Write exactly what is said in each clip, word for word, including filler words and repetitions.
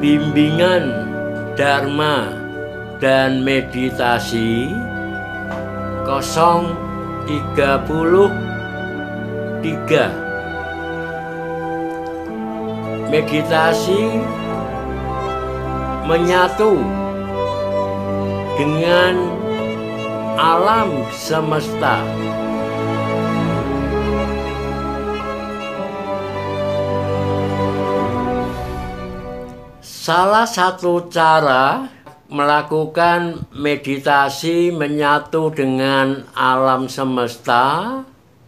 bimbingan Dharma dan meditasi nol tiga tiga. Meditasi menyatu dengan alam semesta. Salah satu cara melakukan meditasi menyatu dengan alam semesta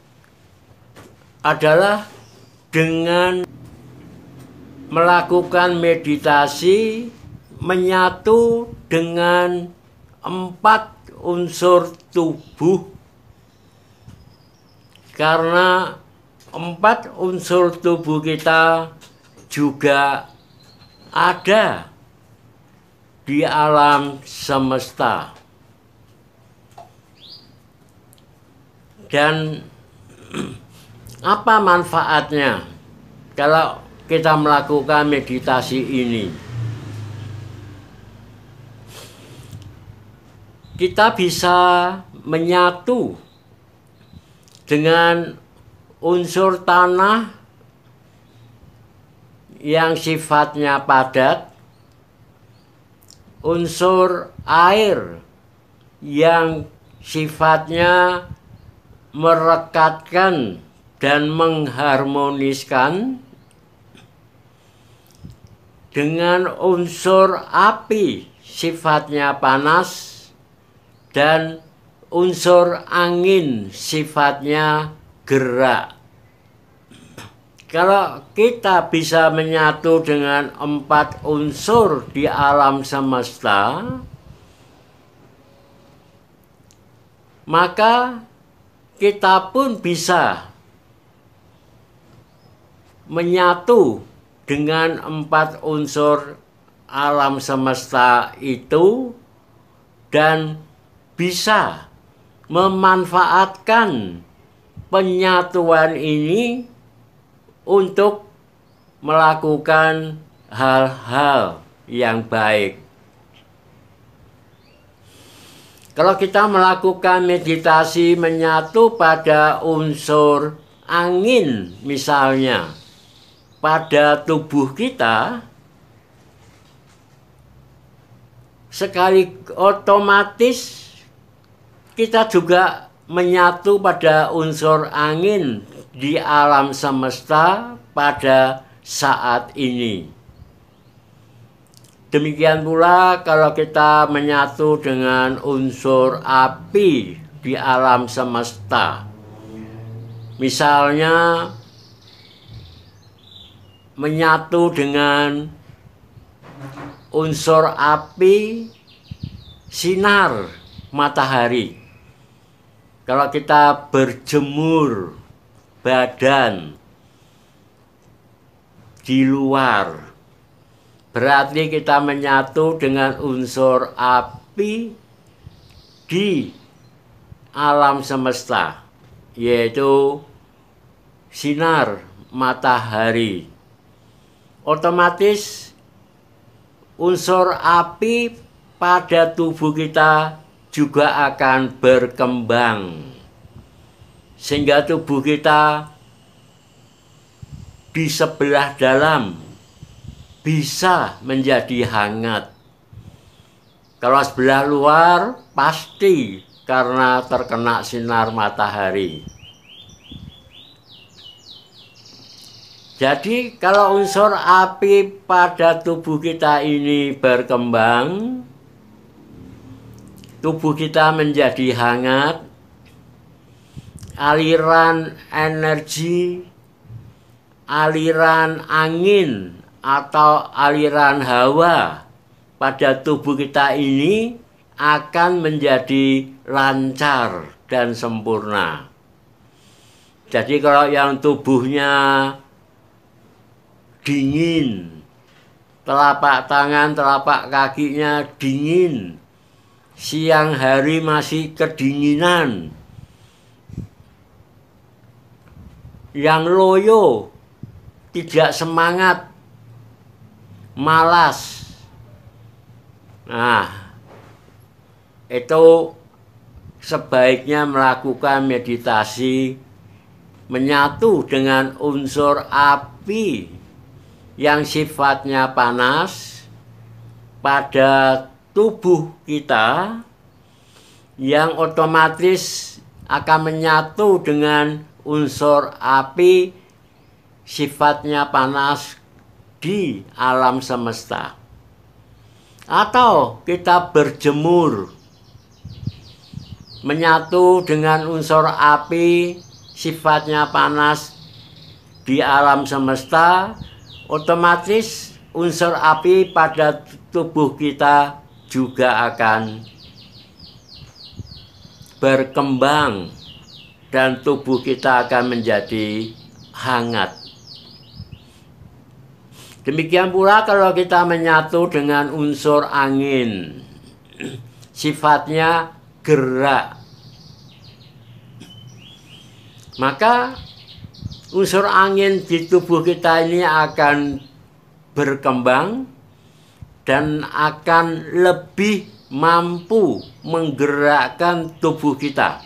adalah dengan melakukan meditasi menyatu dengan empat unsur tubuh, karena empat unsur tubuh kita juga ada di alam semesta. Dan apa manfaatnya kalau kita melakukan meditasi ini? Kita bisa menyatu dengan unsur tanah yang sifatnya padat, unsur air yang sifatnya merekatkan dan mengharmoniskan, dengan unsur api sifatnya panas dan unsur angin sifatnya gerak. Kalau kita bisa menyatu dengan empat unsur di alam semesta, maka kita pun bisa menyatu dengan empat unsur alam semesta itu dan bisa memanfaatkan penyatuan ini untuk melakukan hal-hal yang baik. Kalau kita melakukan meditasi menyatu pada unsur angin misalnya pada tubuh kita, sekali otomatis kita juga menyatu pada unsur angin di alam semesta pada saat ini. Demikian pula kalau kita menyatu dengan unsur api di alam semesta. Misalnya menyatu dengan unsur api sinar matahari. Kalau kita berjemur badan di luar, berarti kita menyatu dengan unsur api di alam semesta, yaitu sinar matahari. Otomatis unsur api pada tubuh kita juga akan berkembang, sehingga tubuh kita di sebelah dalam bisa menjadi hangat. Kalau sebelah luar pasti karena terkena sinar matahari. Jadi kalau unsur api pada tubuh kita ini berkembang, tubuh kita menjadi hangat, aliran energi, aliran angin atau aliran hawa pada tubuh kita ini akan menjadi lancar dan sempurna. Jadi kalau yang tubuhnya dingin, telapak tangan, telapak kakinya dingin, siang hari masih kedinginan, yang loyo, tidak semangat, malas. Nah, itu sebaiknya melakukan meditasi menyatu dengan unsur api yang sifatnya panas pada tubuh kita, yang otomatis akan menyatu dengan unsur api sifatnya panas di alam semesta. Atau kita berjemur menyatu dengan unsur api sifatnya panas di alam semesta, otomatis unsur api pada tubuh kita juga akan berkembang dan tubuh kita akan menjadi hangat. Demikian pula kalau kita menyatu dengan unsur angin, sifatnya gerak, maka unsur angin di tubuh kita ini akan berkembang dan akan lebih mampu menggerakkan tubuh kita.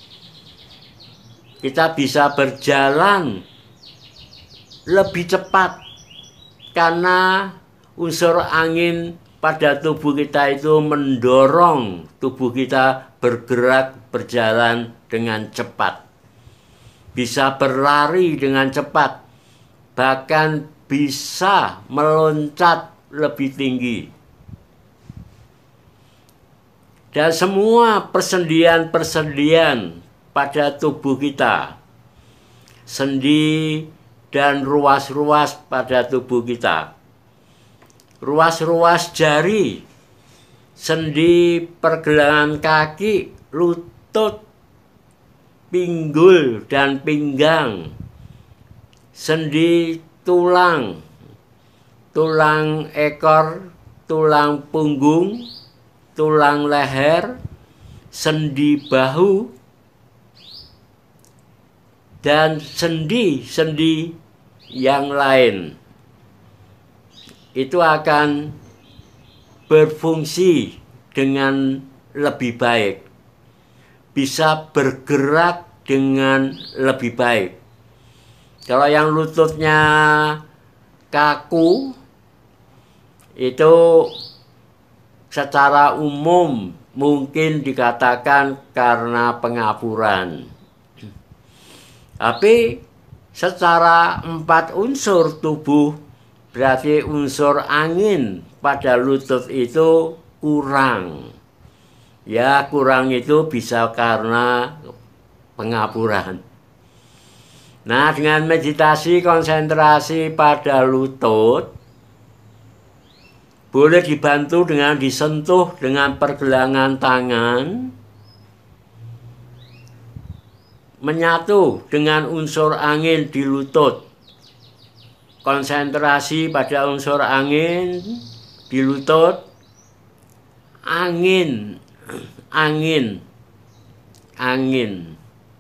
Kita bisa berjalan lebih cepat karena unsur angin pada tubuh kita itu mendorong tubuh kita bergerak, berjalan dengan cepat. Bisa berlari dengan cepat, bahkan bisa meloncat lebih tinggi. Dan semua persendian-persendian pada tubuh kita, sendi dan ruas-ruas pada tubuh kita, ruas-ruas jari, sendi pergelangan kaki, lutut, pinggul dan pinggang, sendi tulang, tulang ekor, tulang punggung, tulang leher, sendi bahu, dan sendi-sendi yang lain. Itu akan berfungsi dengan lebih baik, bisa bergerak dengan lebih baik. Kalau yang lututnya kaku, itu secara umum mungkin dikatakan karena pengapuran. Tapi secara empat unsur tubuh, berarti unsur angin pada lutut itu kurang. Ya, kurang itu bisa karena pengapuran. Nah, dengan meditasi konsentrasi pada lutut, boleh dibantu dengan disentuh dengan pergelangan tangan, menyatu dengan unsur angin di lutut. Konsentrasi pada unsur angin di lutut, angin, angin, angin.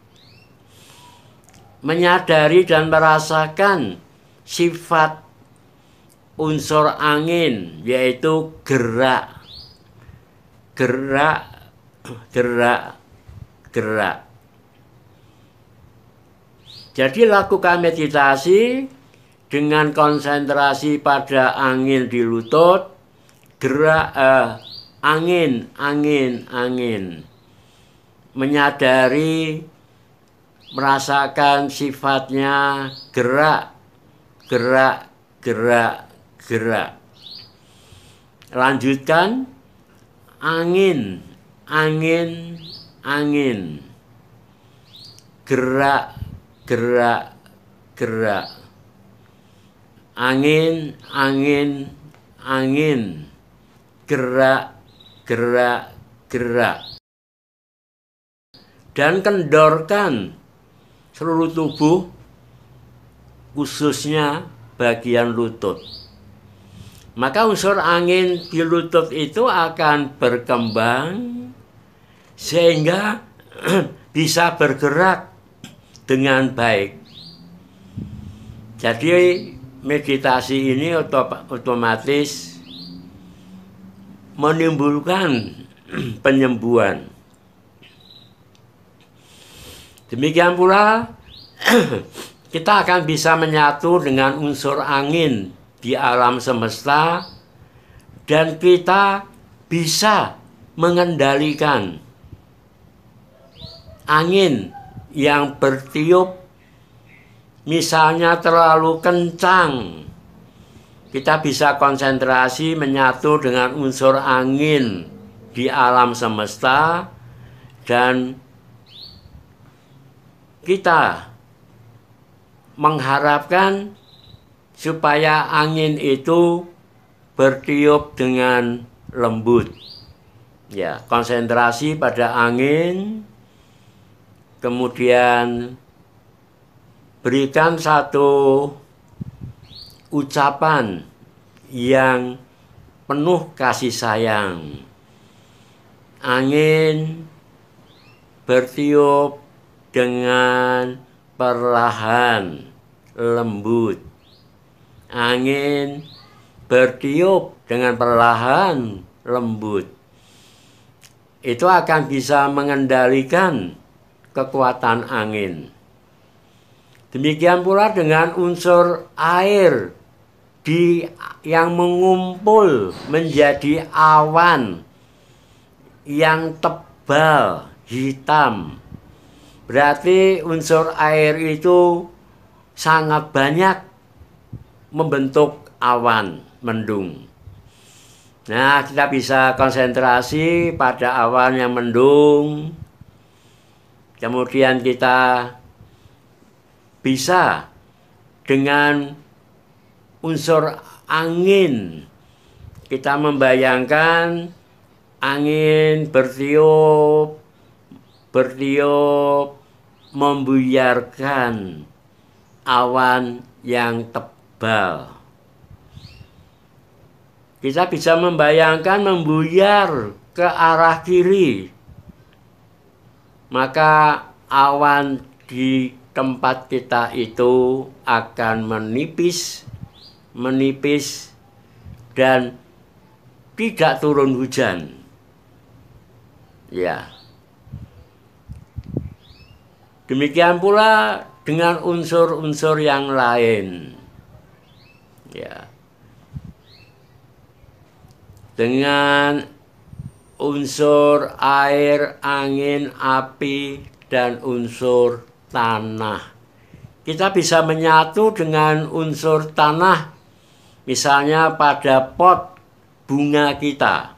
Menyadari dan merasakan sifat unsur angin, yaitu gerak, gerak, gerak, gerak. Jadi lakukan meditasi dengan konsentrasi pada angin di lutut, gerak, eh, angin, angin, angin. Menyadari, merasakan sifatnya gerak, gerak, gerak, gerak. Lanjutkan, angin, angin, angin. Gerak, gerak, gerak. Angin, angin, angin. Gerak, gerak, gerak. Dan kendorkan seluruh tubuh, khususnya bagian lutut. Maka unsur angin di lutut itu akan berkembang sehingga bisa bergerak dengan baik. Jadi meditasi ini otomatis menimbulkan penyembuhan. Demikian pula kita akan bisa menyatu dengan unsur angin di alam semesta dan kita bisa mengendalikan angin yang bertiup, misalnya terlalu kencang. Kita bisa konsentrasi menyatu dengan unsur angin di alam semesta dan kita mengharapkan supaya angin itu bertiup dengan lembut. Ya, konsentrasi pada angin, kemudian berikan satu ucapan yang penuh kasih sayang. Angin bertiup dengan perlahan, lembut. Angin bertiup dengan perlahan, lembut. Itu akan bisa mengendalikan kekuatan angin. Demikian pula dengan unsur air di yang mengumpul menjadi awan yang tebal hitam. Berarti unsur air itu sangat banyak membentuk awan mendung. Nah, kita bisa konsentrasi pada awan yang mendung. Kemudian kita bisa dengan unsur angin, kita membayangkan angin bertiup, bertiup, membuyarkan awan yang tebal. Kita bisa membayangkan membuyar ke arah kiri. Maka awan di tempat kita itu akan menipis, menipis, dan tidak turun hujan. Ya. Demikian pula dengan unsur-unsur yang lain. Ya. Dengan unsur air, angin, api, dan unsur tanah. Kita bisa menyatu dengan unsur tanah, misalnya pada pot bunga kita.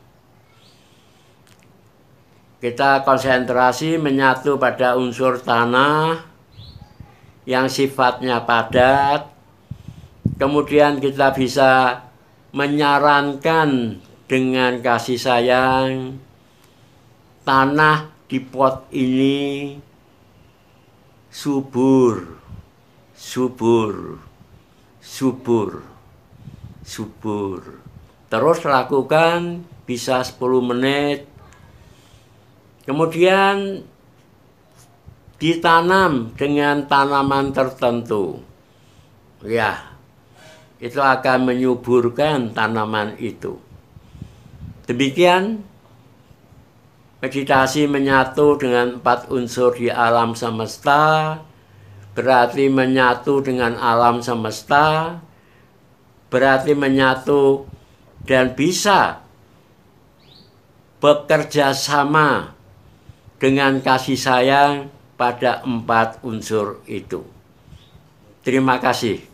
Kita konsentrasi menyatu pada unsur tanah yang sifatnya padat. Kemudian kita bisa menyarankan dengan kasih sayang, tanah di pot ini subur, subur, subur, subur. Terus lakukan bisa sepuluh menit. Kemudian ditanam dengan tanaman tertentu. Ya, itu akan menyuburkan tanaman itu. Demikian meditasi menyatu dengan empat unsur di alam semesta, berarti menyatu dengan alam semesta, berarti menyatu dan bisa bekerja sama dengan kasih sayang pada empat unsur itu. Terima kasih.